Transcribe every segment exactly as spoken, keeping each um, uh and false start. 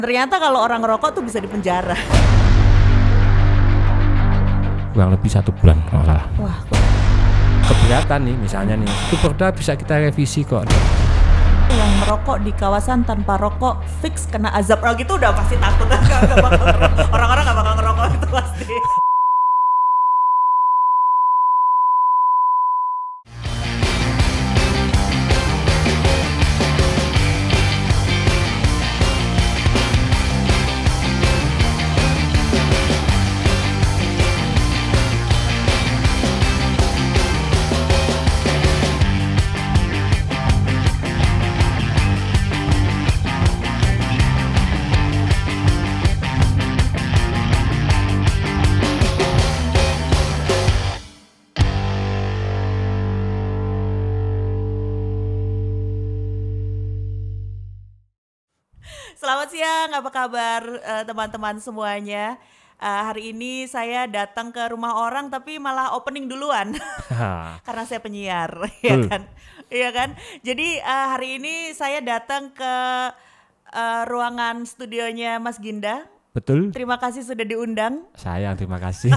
Ternyata kalau orang ngerokok tuh bisa dipenjara. Kurang lebih satu bulan kalau salah. Wah, keberatan nih misalnya nih, itu perda bisa kita revisi kok. Yang merokok di kawasan tanpa rokok fix kena azab. Oh gitu udah pasti takut. Orang-orang gak bakal ngerokok itu pasti. Selamat siang, apa kabar uh, teman-teman semuanya? Uh, hari ini saya datang ke rumah orang tapi malah opening duluan karena saya penyiar, ya kan? Iya kan? Jadi uh, hari ini saya datang ke uh, ruangan studionya Mas Ginda. Betul. Terima kasih sudah diundang. Sayang, terima kasih.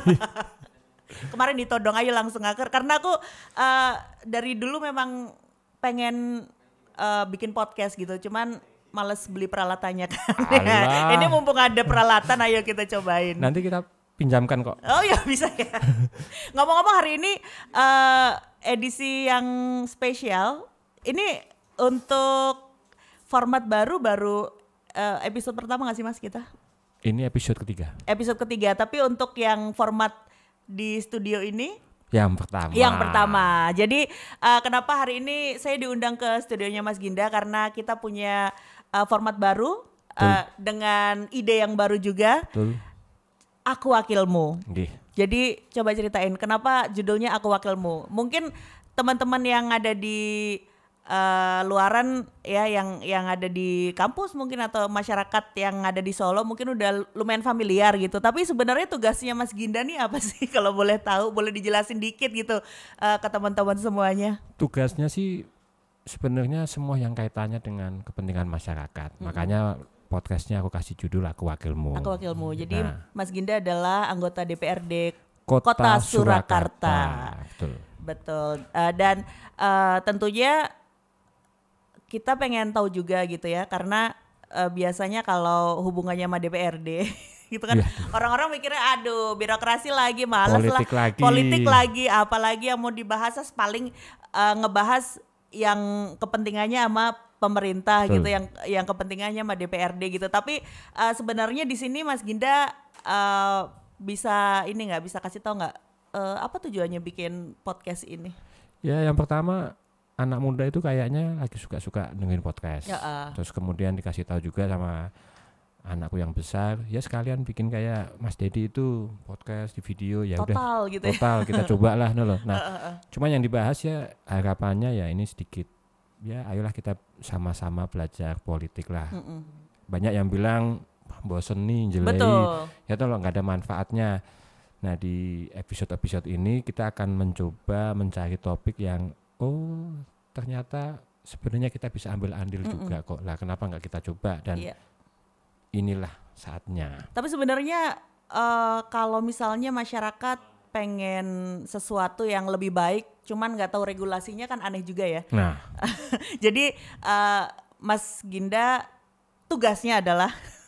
Kemarin ditodong, ayo langsung aker karena aku uh, dari dulu memang pengen uh, bikin podcast gitu, cuman males beli peralatannya kan. Ini mumpung ada peralatan, ayo kita cobain. Nanti kita pinjamkan kok. Oh ya bisa ya. Ngomong-ngomong hari ini uh, edisi yang spesial. Ini untuk format baru, baru uh, episode pertama gak sih Mas kita? Ini episode ketiga. Episode ketiga, tapi untuk yang format di studio ini Yang pertama. Yang pertama. Jadi uh, kenapa hari ini saya diundang ke studionya Mas Ginda karena kita punya uh, format baru uh, dengan ide yang baru juga. Betul. Aku Wakilmu. Gih. Jadi coba ceritain kenapa judulnya Aku Wakilmu. Mungkin teman-teman yang ada di uh, luaran ya, yang yang ada di kampus mungkin atau masyarakat yang ada di Solo mungkin udah lumayan familiar gitu. Tapi sebenarnya tugasnya Mas Ginda nih apa sih kalau boleh tahu, boleh dijelasin dikit gitu uh, ke teman-teman semuanya. Tugasnya sih sebenarnya semua yang kaitannya dengan kepentingan masyarakat. Mm-hmm. Makanya podcastnya aku kasih judul Aku Wakilmu. Aku Wakilmu. Jadi nah, Mas Ginda adalah anggota D P R D Kota, Kota Surakarta. Surakarta. Betul. Betul. Uh, dan uh, tentunya kita pengen tahu juga gitu ya, karena uh, biasanya kalau hubungannya sama D P R D gitu kan, yeah. Orang-orang mikirnya aduh birokrasi lagi, malas politik lah, lagi. politik lagi, apalagi yang mau dibahas paling uh, ngebahas yang kepentingannya sama pemerintah. Betul. Gitu, yang yang kepentingannya sama D P R D gitu. Tapi uh, sebenarnya di sini Mas Ginda uh, bisa ini nggak, bisa kasih tahu nggak uh, apa tujuannya bikin podcast ini? Ya yang pertama, anak muda itu kayaknya lagi suka-suka dengerin podcast. Ya, uh. Terus kemudian dikasih tahu juga sama anakku yang besar, ya sekalian bikin kayak Mas Dedi itu podcast di video, ya udah total gitu total ya? Kita cobalah loh. Nah, uh, uh, uh. cuma yang dibahas ya harapannya ya ini sedikit, ya ayolah kita sama-sama belajar politik lah. Mm-mm. Banyak yang bilang bosen nih jelek, ya tolong nggak ada manfaatnya. Nah di episode-episode ini kita akan mencoba mencari topik yang oh ternyata sebenarnya kita bisa ambil andil. Mm-mm. Juga kok lah, kenapa nggak kita coba, dan yeah. Inilah saatnya. Tapi sebenarnya uh, kalau misalnya masyarakat pengen sesuatu yang lebih baik, cuman nggak tahu regulasinya kan aneh juga ya. Nah, jadi uh, Mas Ginda tugasnya adalah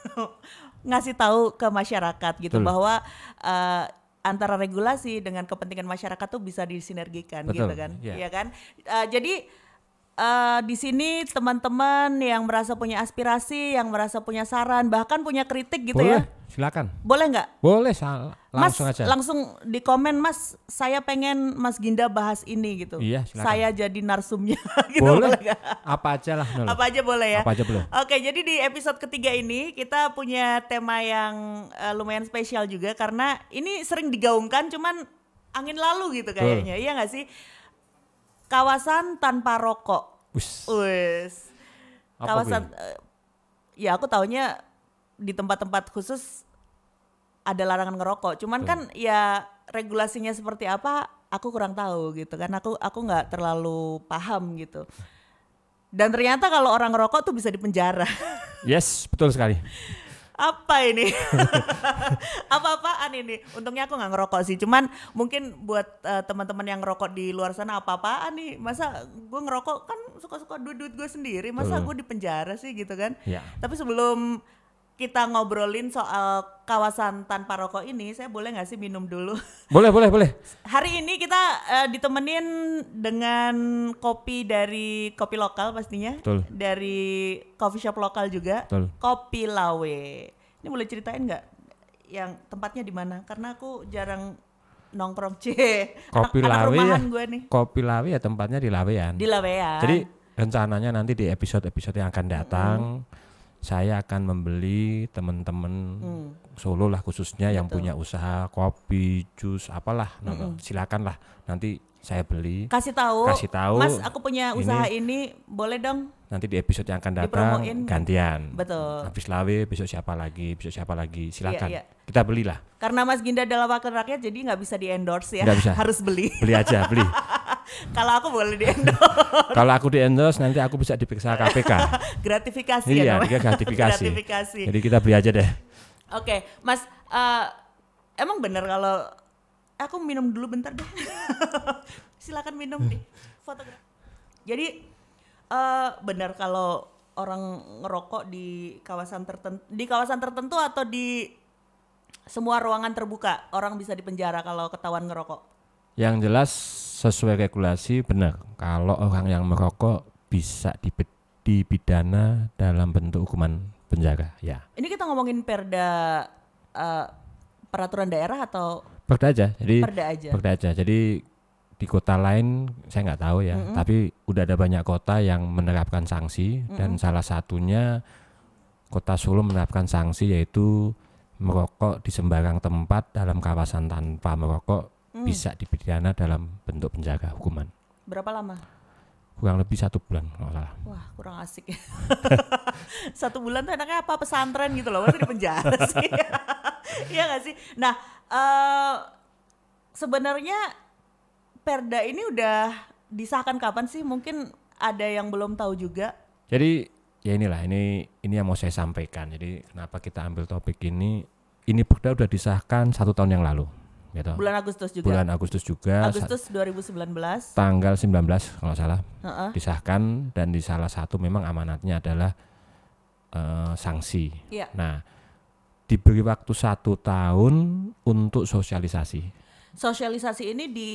ngasih tahu ke masyarakat gitu. Betul. Bahwa uh, antara regulasi dengan kepentingan masyarakat tuh bisa disinergikan. Betul. Gitu kan, yeah. Iya kan. Uh, jadi Uh, di sini teman-teman yang merasa punya aspirasi, yang merasa punya saran, bahkan punya kritik gitu. Boleh, ya. Silakan. Boleh nggak? Boleh, sal- langsung Mas, aja. Langsung di komen, Mas, saya pengen Mas Ginda bahas ini gitu. Iya, silakan. Saya jadi narsumnya. Gitu, boleh. boleh Apa aja lah. Nol. Apa aja boleh ya. Apa aja boleh. Oke, jadi di episode ketiga ini kita punya tema yang uh, lumayan spesial juga karena ini sering digaungkan, cuman angin lalu gitu kayaknya. Iya nggak sih? Kawasan tanpa rokok. Wis. Wis. Kawasan uh, ya aku taunya di tempat-tempat khusus ada larangan ngerokok. Cuman Tuh. kan ya regulasinya seperti apa aku kurang tahu gitu kan. Aku aku enggak terlalu paham gitu. Dan ternyata kalau orang ngerokok tuh bisa dipenjara. Yes, betul sekali. Apa ini? Apa-apaan ini? Untungnya aku nggak ngerokok sih. Cuman mungkin buat uh, teman-teman yang ngerokok di luar sana, apa-apaan nih? Masa gue ngerokok kan suka-suka duit-duit gue sendiri. Masa gue di penjara sih gitu kan? Ya. Tapi sebelum kita ngobrolin soal kawasan tanpa rokok ini, saya boleh nggak sih minum dulu? Boleh, boleh, boleh. Hari ini kita uh, ditemenin dengan kopi dari kopi lokal pastinya. Betul. Dari coffee shop lokal juga. Betul. Kopi Lawe. Ini boleh ceritain nggak yang tempatnya di mana? Karena aku jarang nongkrong c. Kopi anak, Lawe anak rumahan ya. gue nih. Kopi Lawe ya tempatnya di Lawean. Di Lawean. Jadi rencananya nanti di episode-episode yang akan datang. Mm-hmm. Saya akan membeli teman-teman hmm. Solo lah khususnya Betul. yang punya usaha kopi, jus, apalah, hmm. nah, silakan lah nanti saya beli. Kasih tahu, kasih tahu. Mas, aku punya usaha ini, ini boleh dong. Nanti di episode yang akan datang gantian. Betul. Habis Lawe besok siapa lagi, besok siapa lagi, silakan. Iya, iya. Kita belilah. Karena Mas Ginda adalah wakil rakyat, jadi nggak bisa di endorse ya. Nggak bisa. Harus beli. Beli aja, beli. Kalau aku boleh di endorse. Kalau aku di endorse nanti aku bisa diperiksa K P K. Gratifikasi iya, ya. Iya, gratifikasi. gratifikasi. Jadi kita beli aja deh. Oke, Mas, uh, emang benar kalau aku minum dulu bentar deh. Silakan minum nih, fotografi. Jadi uh, benar kalau orang ngerokok di kawasan tertentu, di kawasan tertentu atau di semua ruangan terbuka orang bisa dipenjara kalau ketahuan ngerokok. Yang jelas sesuai regulasi benar. Kalau orang yang merokok bisa dipidana dalam bentuk hukuman penjara. Ya. Ini kita ngomongin perda uh, peraturan daerah atau perda aja. Jadi perda aja. Perda aja. Jadi di kota lain saya nggak tahu ya. Mm-hmm. Tapi udah ada banyak kota yang menerapkan sanksi mm-hmm. dan salah satunya Kota Solo menerapkan sanksi yaitu merokok di sembarang tempat dalam kawasan tanpa merokok hmm. bisa dipidana dalam bentuk penjara hukuman. Berapa lama? Kurang lebih satu bulan kalau salah. Wah kurang asik ya. Satu bulan tuh enaknya apa pesantren gitu loh, masa di penjara sih. Iya gak sih? Nah uh, sebenarnya perda ini udah disahkan kapan sih? Mungkin ada yang belum tahu juga. Jadi ya inilah, ini ini yang mau saya sampaikan. Jadi kenapa kita ambil topik ini? Ini perda udah disahkan satu tahun yang lalu. Gitu. Bulan Agustus juga. Bulan Agustus juga. Agustus dua ribu sembilan belas. Tanggal sembilan belas kalau nggak salah. Uh-uh. Disahkan dan di salah satu memang amanatnya adalah uh, sanksi. Yeah. Nah, diberi waktu satu tahun untuk sosialisasi. Sosialisasi ini di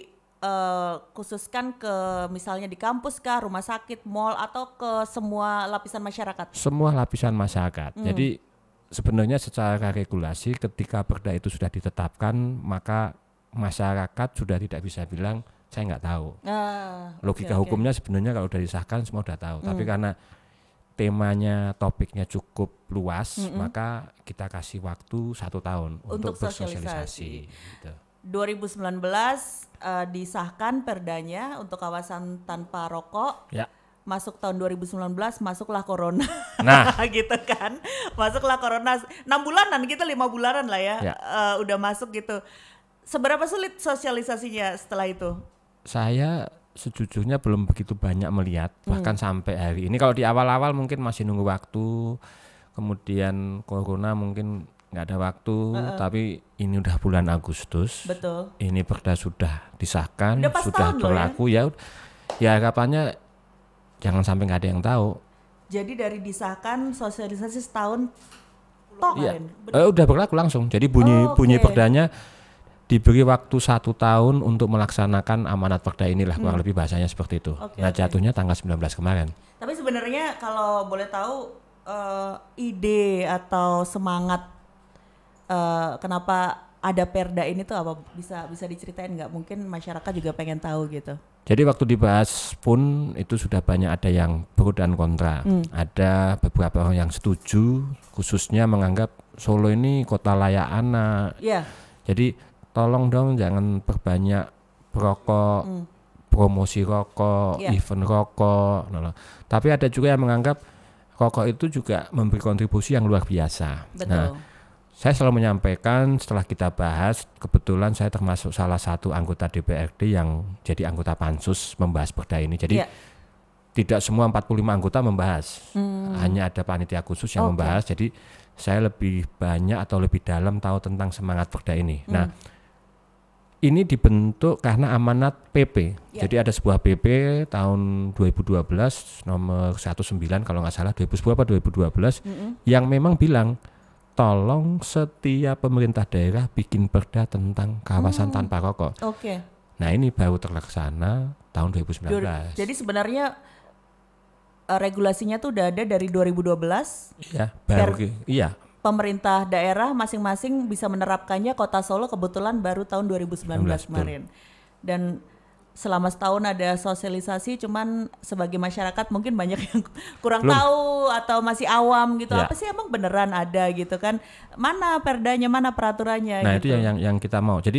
Uh, khususkan ke misalnya di kampus kah, rumah sakit, mall atau ke semua lapisan masyarakat? Semua lapisan masyarakat. Hmm. Jadi sebenarnya secara regulasi ketika perda itu sudah ditetapkan maka masyarakat sudah tidak bisa bilang saya nggak tahu. Ah, Logika okay, hukumnya okay. sebenarnya kalau sudah disahkan semua sudah tahu. Hmm. Tapi karena temanya, topiknya cukup luas, mm-hmm. maka kita kasih waktu satu tahun untuk, untuk bersosialisasi. Gitu. dua ribu sembilan belas uh, disahkan perdanya untuk kawasan tanpa rokok. Ya. Masuk tahun dua ribu sembilan belas masuklah corona. Nah, gitu kan. Masuklah corona enam bulanan gitu, lima bulanan lah ya. ya. Uh, udah masuk gitu. Seberapa sulit sosialisasinya setelah itu? Saya sejujurnya belum begitu banyak melihat, bahkan hmm. sampai hari ini. Kalau di awal-awal mungkin masih nunggu waktu, kemudian corona mungkin nggak ada waktu, uh-uh. tapi ini udah bulan Agustus. Betul. Ini perda sudah disahkan, udah sudah berlaku ya. Ya harapannya jangan sampai nggak ada yang tahu. Jadi dari disahkan sosialisasi setahun, toh iya. eh, udah berlaku langsung. Jadi bunyi oh, okay. bunyi perdanya diberi waktu satu tahun untuk melaksanakan amanat perda inilah, kurang hmm. lebih bahasanya seperti itu. Okay, nah okay. jatuhnya tanggal sembilan belas kemarin. Tapi sebenarnya kalau boleh tahu uh, ide atau semangat Uh, kenapa ada perda ini tuh apa, bisa bisa diceritain nggak? Mungkin masyarakat juga pengen tahu gitu. Jadi waktu dibahas pun itu sudah banyak ada yang pro dan kontra. Hmm. Ada beberapa orang yang setuju, khususnya menganggap Solo ini kota layak anak. Yeah. Jadi tolong dong jangan perbanyak perokok, hmm. promosi rokok, yeah. event rokok. Nah, tapi ada juga yang menganggap rokok itu juga memberi kontribusi yang luar biasa. Betul. Nah, saya selalu menyampaikan setelah kita bahas, kebetulan saya termasuk salah satu anggota D P R D yang jadi anggota pansus membahas perda ini. Jadi yeah. tidak semua empat puluh lima anggota membahas, hmm. hanya ada panitia khusus yang okay. membahas. Jadi saya lebih banyak atau lebih dalam tahu tentang semangat Perda ini. Hmm. Nah, ini dibentuk karena amanat P P. Yeah. Jadi ada sebuah P P tahun dua ribu dua belas nomor sembilan belas kalau nggak salah dua ribu sepuluh atau dua ribu dua belas mm-hmm. yang memang bilang tolong setiap pemerintah daerah bikin perda tentang kawasan hmm. tanpa rokok. Oke. Okay. Nah, ini baru terlaksana tahun dua ribu sembilan belas. Jadi sebenarnya uh, regulasinya tuh udah ada dari dua ribu dua belas. Iya, baru per- iya. Pemerintah daerah masing-masing bisa menerapkannya. Kota Solo kebetulan baru tahun dua ribu sembilan belas kemarin. Dan selama setahun ada sosialisasi, cuman sebagai masyarakat mungkin banyak yang kurang Belum. tahu atau masih awam gitu. Ya. Apa sih emang beneran ada gitu kan? Mana perdanya, mana peraturannya? Nah gitu. itu yang, yang yang kita mau. Jadi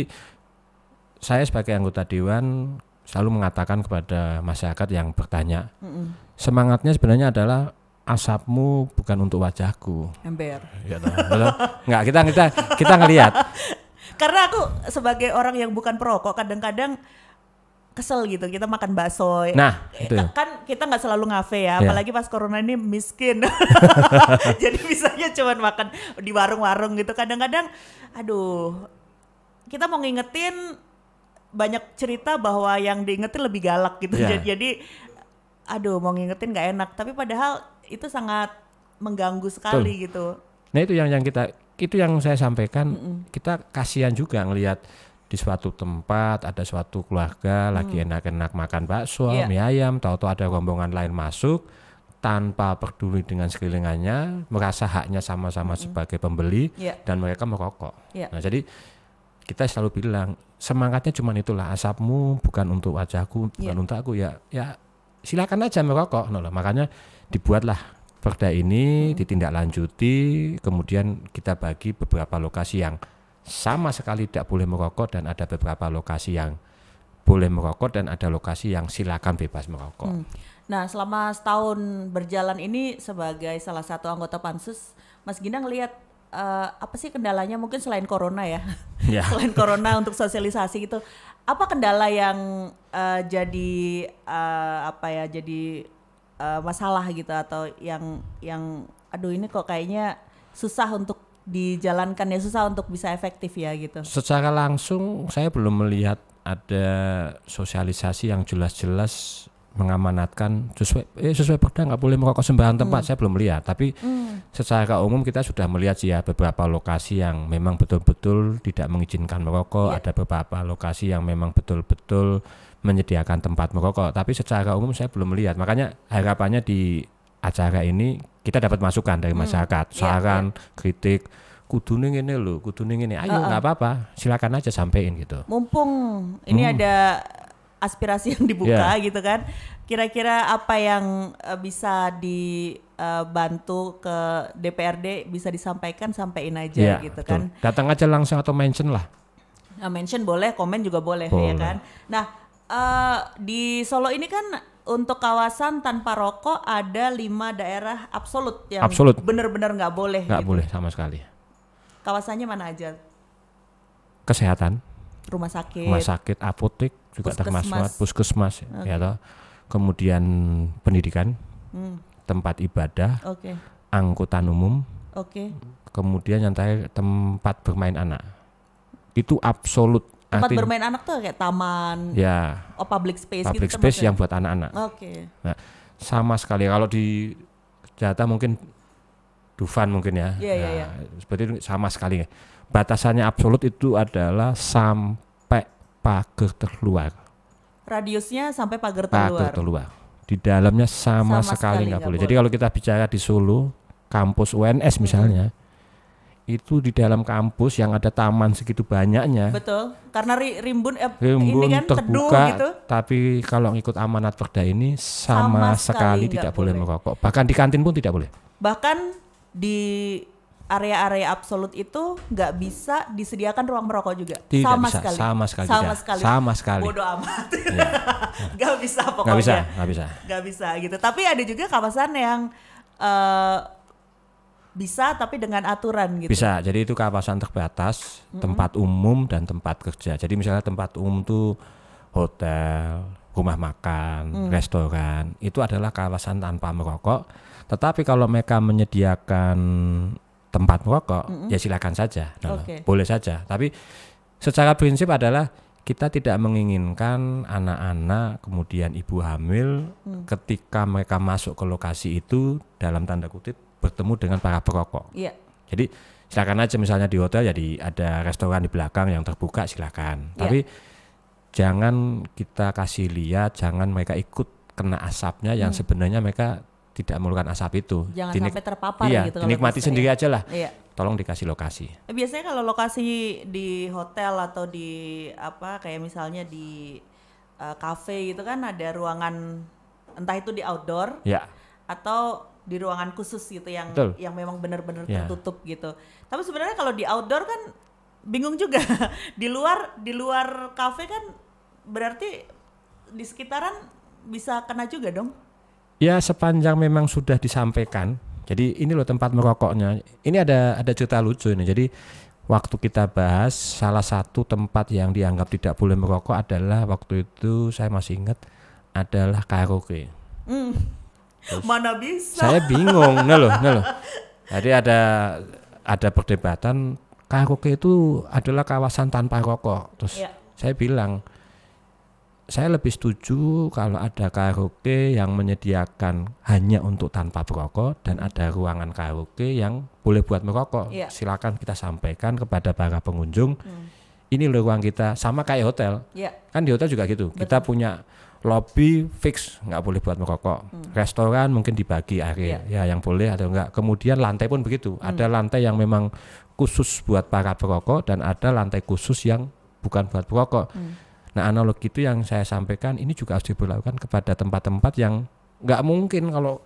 saya sebagai anggota dewan selalu mengatakan kepada masyarakat yang bertanya, Mm-mm. semangatnya sebenarnya adalah asapmu bukan untuk wajahku. Ember. Ya, Enggak, kita kita kita ngelihat. Karena aku sebagai orang yang bukan perokok kadang-kadang kesel gitu, kita makan bakso. Nah, itu. Kan kita nggak selalu ngafe ya, ya, apalagi pas corona ini miskin. Jadi bisanya cuma makan di warung-warung gitu. Kadang-kadang, aduh, kita mau ngingetin banyak cerita bahwa yang diingetin lebih galak gitu. Ya. Jadi, jadi, aduh, mau ngingetin nggak enak. Tapi padahal itu sangat mengganggu sekali Betul. gitu. Nah itu yang yang kita, itu yang saya sampaikan. Mm-mm. Kita kasihan juga ngelihat di suatu tempat ada suatu keluarga hmm. lagi enak-enak makan bakso, yeah. mie ayam, tahu-tahu ada rombongan lain masuk tanpa peduli dengan sekelilingannya, merasa haknya sama-sama hmm. sebagai pembeli yeah. dan mereka merokok. Yeah. Nah jadi kita selalu bilang semangatnya cuma itulah, asapmu bukan untuk wajahku, bukan yeah. untuk aku, ya ya silakan aja merokok. Nah, makanya dibuatlah perda ini, hmm. ditindaklanjuti, kemudian kita bagi beberapa lokasi yang sama sekali tidak boleh merokok dan ada beberapa lokasi yang boleh merokok dan ada lokasi yang silakan bebas merokok. Hmm. Nah, selama setahun berjalan ini sebagai salah satu anggota Pansus, Mas Ginda ngelihat uh, apa sih kendalanya mungkin selain corona ya? ya. Selain corona untuk sosialisasi gitu. Apa kendala yang uh, jadi uh, apa ya? Jadi uh, masalah gitu atau yang yang aduh ini kok kayaknya susah untuk dijalankan ya, susah untuk bisa efektif ya gitu. Secara langsung saya belum melihat ada sosialisasi yang jelas-jelas mengamanatkan sesuai eh, sesuai perda nggak boleh merokok sembarangan tempat. Hmm. Saya belum melihat, tapi hmm. secara umum kita sudah melihat sih ya beberapa lokasi yang memang betul-betul tidak mengizinkan merokok, yeah. ada beberapa lokasi yang memang betul-betul menyediakan tempat merokok, tapi secara umum saya belum melihat. Makanya harapannya di acara ini kita dapat masukan dari masyarakat, hmm, saran, yeah, yeah. kritik, kudune ngene lho, kudune ngene. Ayo nggak uh-uh. apa-apa, silakan aja sampein gitu. Mumpung ini hmm. ada aspirasi yang dibuka yeah. gitu kan. Kira-kira apa yang uh, bisa dibantu uh, ke D P R D bisa disampaikan, sampein aja yeah, gitu kan. Betul. Datang aja langsung atau mention lah. Nah, mention boleh, komen juga boleh, boleh. ya kan. Nah, uh, di Solo ini kan untuk kawasan tanpa rokok ada lima daerah absolut yang absolut. benar-benar nggak boleh. Nggak gitu. boleh sama sekali. Kawasannya mana aja? Kesehatan, rumah sakit, rumah sakit, apotek juga termasuk, puskesmas, okay. ya toh. Kemudian pendidikan, hmm. tempat ibadah, okay. angkutan umum, okay. kemudian yang terakhir tempat bermain anak. Itu absolut. Tempat Artinya, bermain anak tuh kayak taman, ya, oh public space public gitu. Public space yang buat anak-anak. Oke. Okay. Nah, sama sekali kalau di Jakarta mungkin Dufan mungkin ya. Iya, iya, nah, iya. Seperti itu sama sekali. Batasannya absolut itu adalah sampai pagar terluar. Radiusnya sampai pagar terluar. Pagar terluar. Di dalamnya sama, sama sekali nggak boleh. boleh. Jadi kalau kita bicara di Solo, kampus U N S misalnya, hmm. itu di dalam kampus yang ada taman segitu banyaknya. Betul, karena rimbun, eh, rimbun ini kan terbuka, gitu. Tapi kalau ngikut amanat perda ini sama, sama sekali, sekali tidak boleh merokok. Bahkan di kantin pun tidak boleh. Bahkan di area-area absolut itu nggak bisa disediakan ruang merokok juga. Tidak sama bisa, sekali. Sama sekali. Sama sekali. Sama sekali. Bodoh amat. Ya. Gak bisa pokoknya. Gak bisa, gak bisa. Gak bisa gitu. Tapi ada juga kawasan yang uh, bisa tapi dengan aturan gitu. Bisa, jadi itu kawasan terbatas, mm-hmm. tempat umum dan tempat kerja. Jadi misalnya tempat umum itu hotel, rumah makan, mm. restoran, itu adalah kawasan tanpa merokok. Tetapi kalau mereka menyediakan tempat merokok, Mm-mm. ya silakan saja, nah, Okay. boleh saja. Tapi secara prinsip adalah kita tidak menginginkan anak-anak kemudian ibu hamil Hmm. ketika mereka masuk ke lokasi itu dalam tanda kutip bertemu dengan para perokok. Iya. Jadi silakan aja misalnya di hotel jadi ada restoran di belakang yang terbuka silakan. Iya. Tapi jangan kita kasih lihat, jangan mereka ikut kena asapnya yang Hmm. sebenarnya mereka tidak memerlukan asap itu. Jangan Dinik- sampai terpapar iya, gitu. kalau dinikmati bisa, sendiri ya. aja lah. Iya. Tolong dikasih lokasi. Biasanya kalau lokasi di hotel atau di apa kayak misalnya di uh, cafe gitu kan ada ruangan entah itu di outdoor Ya, atau di ruangan khusus gitu yang Betul. yang memang benar-benar Ya. tertutup gitu. Tapi sebenarnya kalau di outdoor kan bingung juga. Di luar di luar cafe kan berarti di sekitaran bisa kena juga dong. ya sepanjang memang sudah disampaikan. Jadi ini loh tempat merokoknya. Ini ada ada cerita lucu ini. Jadi waktu kita bahas salah satu tempat yang dianggap tidak boleh merokok adalah waktu itu saya masih ingat adalah karaoke. Hmm. Mana bisa? Saya bingung, nah loh, nah loh. Jadi ada ada perdebatan karaoke itu adalah kawasan tanpa rokok. Terus Ya. saya bilang saya lebih setuju kalau ada karaoke yang menyediakan hanya untuk tanpa perokok dan ada ruangan karaoke yang boleh buat merokok. Iya. Silakan kita sampaikan kepada para pengunjung. Hmm. Ini loh ruang kita, sama kayak hotel. Ya. Kan di hotel juga gitu. Kita punya lobby fix nggak boleh buat merokok. Hmm. Restoran mungkin dibagi area ya yang boleh atau enggak. Kemudian lantai pun begitu. Hmm. Ada lantai yang memang khusus buat para perokok dan ada lantai khusus yang bukan buat perokok. Hmm. Nah, analogi itu yang saya sampaikan ini juga harus diberlakukan kepada tempat-tempat yang nggak mungkin kalau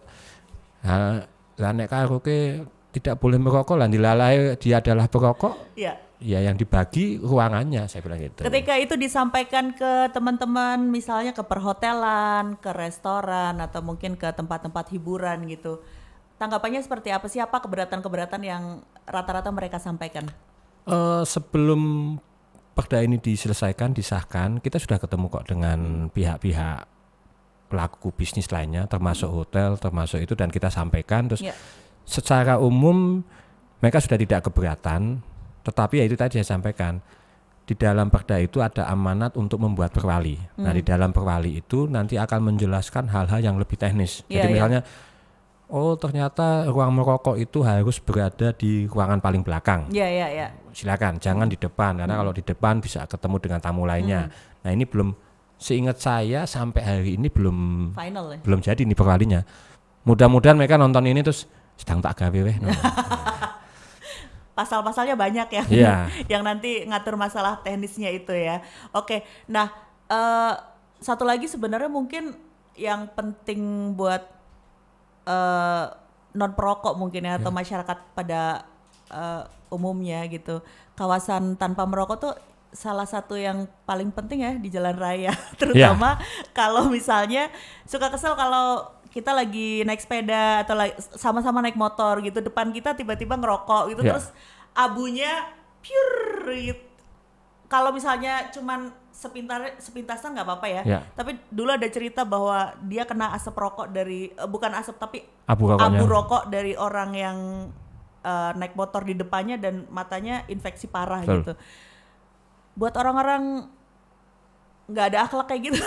ha, lah nek karaoke tidak boleh merokok lah dilalai dia adalah perokok. Ya. Ya yang dibagi ruangannya saya bilang gitu. Ketika itu disampaikan ke teman-teman misalnya ke perhotelan, ke restoran atau mungkin ke tempat-tempat hiburan gitu. Tanggapannya seperti apa sih? Apa keberatan-keberatan yang rata-rata mereka sampaikan? Uh, sebelum perda ini diselesaikan, disahkan, kita sudah ketemu kok dengan pihak-pihak pelaku bisnis lainnya, termasuk hotel, termasuk itu, dan kita sampaikan. Terus Ya. secara umum mereka sudah tidak keberatan, tetapi ya itu tadi saya sampaikan, di dalam perda itu ada amanat untuk membuat perwali. Hmm. Nah di dalam perwali itu nanti akan menjelaskan hal-hal yang lebih teknis. Ya, Jadi ya. misalnya, oh ternyata ruang merokok itu harus berada di ruangan paling belakang. Ya, ya, ya. Silakan, jangan di depan karena kalau di depan bisa ketemu dengan tamu lainnya. Nah ini belum, seingat saya sampai hari ini belum Final ya. belum jadi nih perwalinya. Mudah-mudahan mereka nonton ini terus sedang tak gawe weh. Pasal-pasalnya banyak ya. Iya. Yang nanti ngatur masalah teknisnya itu ya. Oke. Nah, eh, satu lagi sebenarnya mungkin yang penting buat eh, non perokok mungkin ya, atau masyarakat pada eh, umumnya gitu. Kawasan tanpa merokok tuh salah satu yang paling penting ya di jalan raya, terutama kalau misalnya suka kesel kalau kita lagi naik sepeda atau lagi sama-sama naik motor gitu, depan kita tiba-tiba ngerokok gitu, Ya. terus abunya pure gitu. Kalau misalnya cuman sepintar sepintasan nggak apa-apa ya. Ya. Tapi dulu ada cerita bahwa dia kena asap rokok dari eh, bukan asap tapi Abu rokoknya. abu rokok dari orang yang eh, naik motor di depannya dan matanya infeksi parah. Betul. Gitu. Buat orang-orang nggak ada akhlak kayak gitu.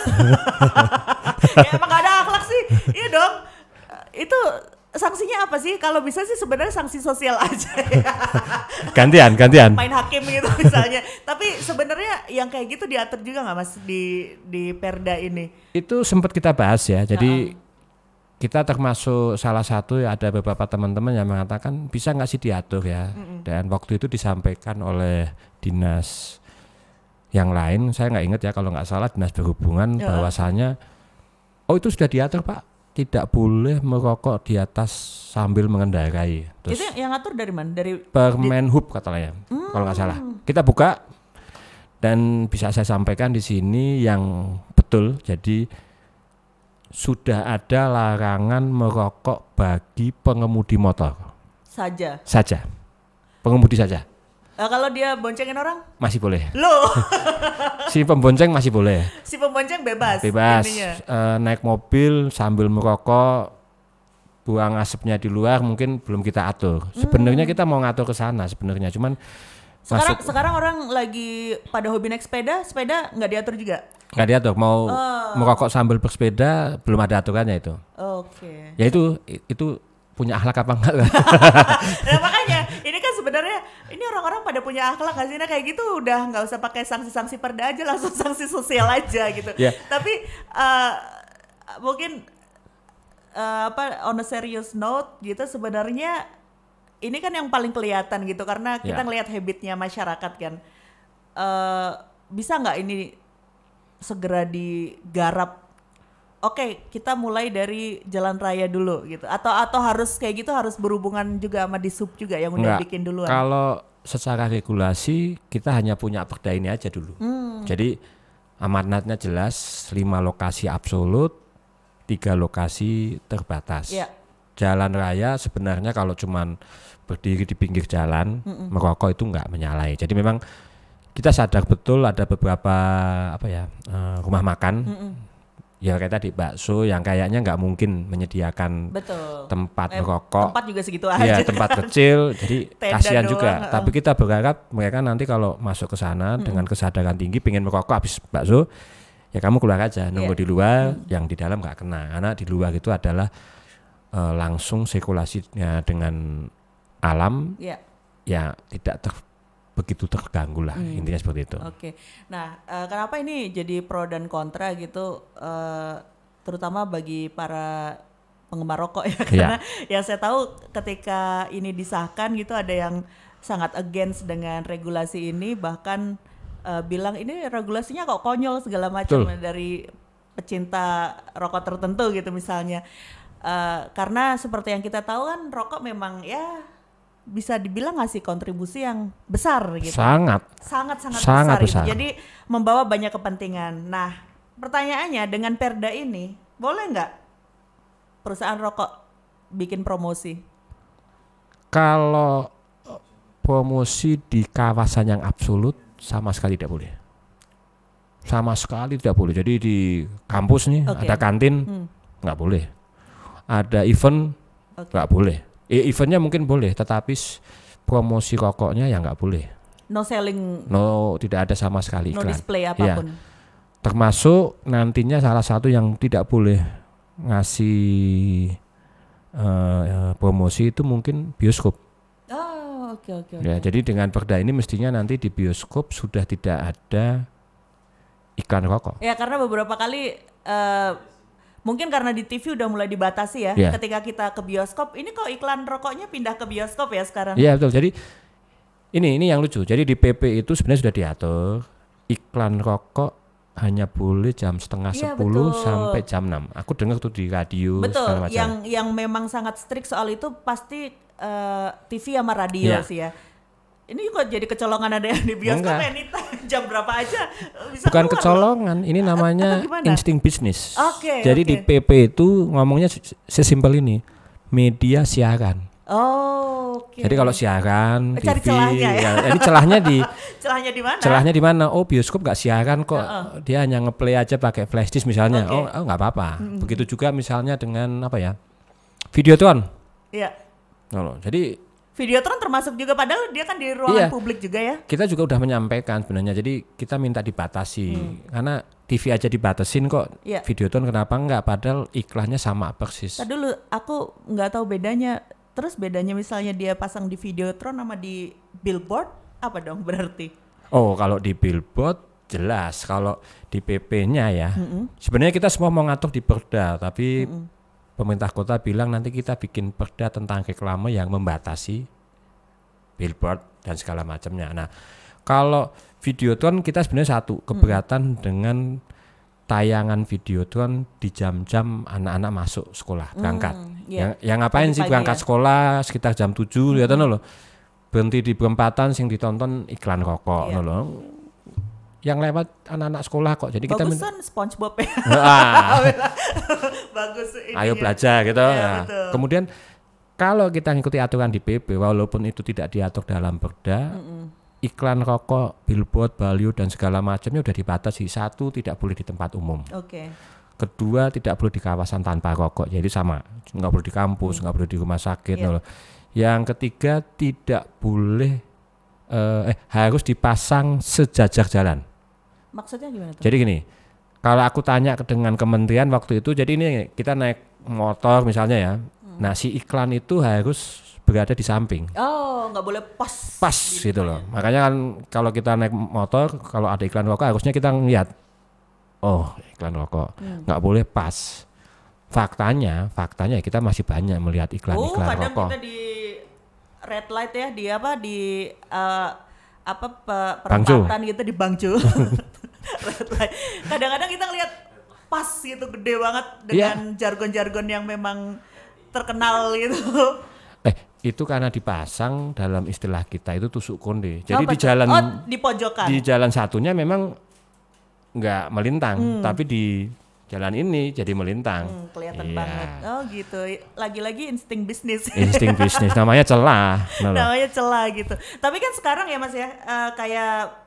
Ya emang nggak ada akhlak sih. Iya dong. Itu sanksinya apa sih? Kalau bisa sih sebenarnya sanksi sosial aja ya. Gantian, gantian. Main hakim gitu misalnya. Tapi sebenarnya yang kayak gitu diatur juga nggak Mas di di Perda ini? Itu sempat kita bahas ya. Jadi kita termasuk salah satu ya, ada beberapa teman-teman yang mengatakan bisa nggak sih diatur ya. Mm-mm. Dan waktu itu disampaikan oleh dinas yang lain, saya nggak ingat ya kalau nggak salah dinas perhubungan Ya. bahwasanya oh itu sudah diatur Pak, tidak boleh merokok di atas sambil mengendarai. Terus Itu yang ngatur dari mana? Dari Permenhub katanya, Hmm. kalau nggak salah. Kita buka dan bisa saya sampaikan di sini yang betul. Jadi sudah ada larangan merokok bagi pengemudi motor saja. saja, pengemudi saja Nah, kalau dia boncengin orang, masih boleh. loh, Si pembonceng masih boleh, si pembonceng bebas. bebas Intinya. eh, naik mobil sambil merokok buang asapnya di luar mungkin belum kita atur. Sebenarnya kita mau ngatur ke sana sebenarnya, cuman sekarang masuk, sekarang orang lagi pada hobi naik sepeda, sepeda nggak diatur juga? Nggak diatur, mau oh. merokok sambil bersepeda belum ada aturannya itu. Oke. Okay. Ya itu itu punya akhlak apa enggak lah. Nah makanya ini kan sebenarnya ini orang-orang pada punya akhlak nggak sih? Nah kayak gitu udah nggak usah pakai sanksi-sanksi perda aja, langsung sanksi sosial aja gitu. Yeah. Tapi uh, mungkin uh, apa on a serious note gitu sebenarnya ini kan yang paling kelihatan gitu karena kita yeah. ngelihat habitnya masyarakat kan. Uh, bisa nggak ini segera digarap? Oke, okay, kita mulai dari jalan raya dulu gitu. Atau atau harus kayak gitu harus berhubungan juga sama Dishub juga yang udah Enggak. bikin duluan. Kalau secara regulasi kita hanya punya perda ini aja dulu. Hmm. Jadi amanatnya jelas, lima lokasi absolut, tiga lokasi terbatas. Yeah. Jalan raya sebenarnya kalau cuman berdiri di pinggir jalan, Mm-mm. merokok itu nggak menyalai. Jadi memang kita sadar betul ada beberapa apa ya uh, rumah makan, Mm-mm. ya kayak tadi bakso yang kayaknya nggak mungkin menyediakan betul. tempat eh, merokok. Tempat juga segitu aja. Ya tempat kecil, jadi kasihan juga. Uh. Tapi kita berharap mereka nanti kalau masuk ke sana mm-mm. dengan kesadaran tinggi, pengen merokok habis bakso, ya kamu keluar aja, nunggu yeah. di luar, mm. yang di dalam nggak kena. Karena di luar itu adalah uh, langsung sirkulasinya dengan alam, yeah. ya tidak ter, begitu terganggu lah, hmm. intinya seperti itu. Oke, okay. Nah uh, kenapa ini jadi pro dan kontra gitu, uh, terutama bagi para penggemar rokok ya, karena yeah. yang saya tahu ketika ini disahkan gitu ada yang sangat against dengan regulasi ini, bahkan uh, bilang ini regulasinya kok konyol segala macam dari pecinta rokok tertentu gitu misalnya, uh, karena seperti yang kita tahu kan rokok memang ya bisa dibilang ngasih kontribusi yang besar gitu. Sangat. Sangat sangat, sangat besar, besar. Gitu. Jadi membawa banyak kepentingan. Nah, pertanyaannya dengan perda ini boleh nggak perusahaan rokok bikin promosi? Kalau promosi di kawasan yang absolut sama sekali tidak boleh. Sama sekali tidak boleh. Jadi di kampus nih okay. ada kantin nggak hmm. boleh. Ada event nggak okay. boleh. E, eventnya mungkin boleh, tetapi promosi rokoknya ya nggak boleh. No selling. No, tidak ada sama sekali iklan. No display apapun. Ya. Termasuk nantinya salah satu yang tidak boleh ngasih uh, promosi itu mungkin bioskop. Oh, oke okay, oke. Okay, ya, okay. Jadi dengan perda ini mestinya nanti di bioskop sudah tidak ada iklan rokok. Ya, karena beberapa kali. Uh, Mungkin karena di T V udah mulai dibatasi ya, yeah. ketika kita ke bioskop, ini kok iklan rokoknya pindah ke bioskop ya sekarang? Iya yeah, betul, jadi ini ini yang lucu, jadi di P P itu sebenarnya sudah diatur, iklan rokok hanya boleh jam setengah yeah, sepuluh betul. Sampai jam enam. Aku dengar tuh di radio. Betul, yang yang memang sangat strict soal itu pasti uh, T V sama radio yeah. sih ya. Ini juga jadi kecolongan ada yang di bioskop anytime jam berapa aja bisa bukan keluar kecolongan loh. Ini namanya insting bisnis. Okay, jadi okay. di P P itu ngomongnya sesimpel ini, media siaran. Oh, oke. Okay. Jadi kalau siaran Cari T V celahnya ya. ya, ini celahnya di celahnya di mana? Celahnya di mana? Oh, bioskop nggak siaran kok. Uh-uh. Dia hanya ngeplay aja pakai flash disk misalnya. Okay. Oh, nggak oh, apa-apa. Mm-hmm. Begitu juga misalnya dengan apa ya? Videotron. Iya. Yeah. Jadi Videotron termasuk juga, padahal dia kan di ruangan iya, publik juga ya. Kita juga udah menyampaikan sebenarnya, jadi kita minta dibatasi hmm. karena T V aja dibatasin kok. Iya. Videotron kenapa enggak? Padahal iklannya sama persis. Tadi dulu aku nggak tahu bedanya. Terus bedanya misalnya dia pasang di Videotron sama di billboard apa dong berarti? Oh, kalau di billboard jelas. Kalau di P P-nya ya, mm-hmm. sebenarnya kita semua mau ngatur di perda, tapi mm-hmm. pemerintah kota bilang nanti kita bikin perda tentang reklame yang membatasi billboard dan segala macamnya. Nah, kalau Videotron kita sebenarnya satu keberatan hmm. dengan tayangan Videotron di jam-jam anak-anak masuk sekolah berangkat. Hmm, yeah. Yang yang ngapain pagi sih berangkat ya? Sekolah sekitar jam tujuh hmm. ya loh. Berhenti di perempatan sing ditonton iklan rokok yeah. loh. Yang lewat anak-anak sekolah kok. Jadi kita bagusan SpongeBob ya. Bagus ini. Ayo belajar gitu. Ya, nah, kemudian kalau kita ngikuti aturan di P P walaupun itu tidak diatur dalam perda, Mm-mm. iklan rokok, billboard, baliho dan segala macamnya udah dibatasi. Satu, tidak boleh di tempat umum. Oke. Okay. Kedua, tidak perlu di kawasan tanpa rokok. Jadi sama, nggak perlu di kampus, nggak hmm. perlu di rumah sakit. Yeah. Yang ketiga, tidak boleh eh, eh harus dipasang sejajar jalan. Maksudnya gimana tuh? Jadi gini, kalau aku tanya dengan kementerian waktu itu, jadi ini kita naik motor misalnya ya, hmm. nah si iklan itu harus berada di samping. Oh, nggak boleh pas. Pas gitu loh. Makanya kan kalau kita naik motor, kalau ada iklan rokok harusnya kita ngeliat, oh iklan rokok, nggak hmm. boleh pas. Faktanya, faktanya kita masih banyak melihat iklan-iklan oh, kadang rokok. Kita di red light ya, di apa di uh, apa pe- perempatan gitu di Bangjo. Red light. Kadang-kadang kita ngeliat pas gitu gede banget dengan yeah. jargon-jargon yang memang terkenal gitu. Eh itu karena dipasang dalam istilah kita itu tusuk konde. Jadi oh, di jalan oh, di pojokan. Di jalan satunya memang nggak melintang, hmm. tapi di jalan ini jadi melintang. Hmm, kelihatan iya. banget. Oh gitu. Lagi-lagi insting bisnis. Insting bisnis. Namanya celah. Namanya celah gitu. Tapi kan sekarang ya Mas ya, uh, kayak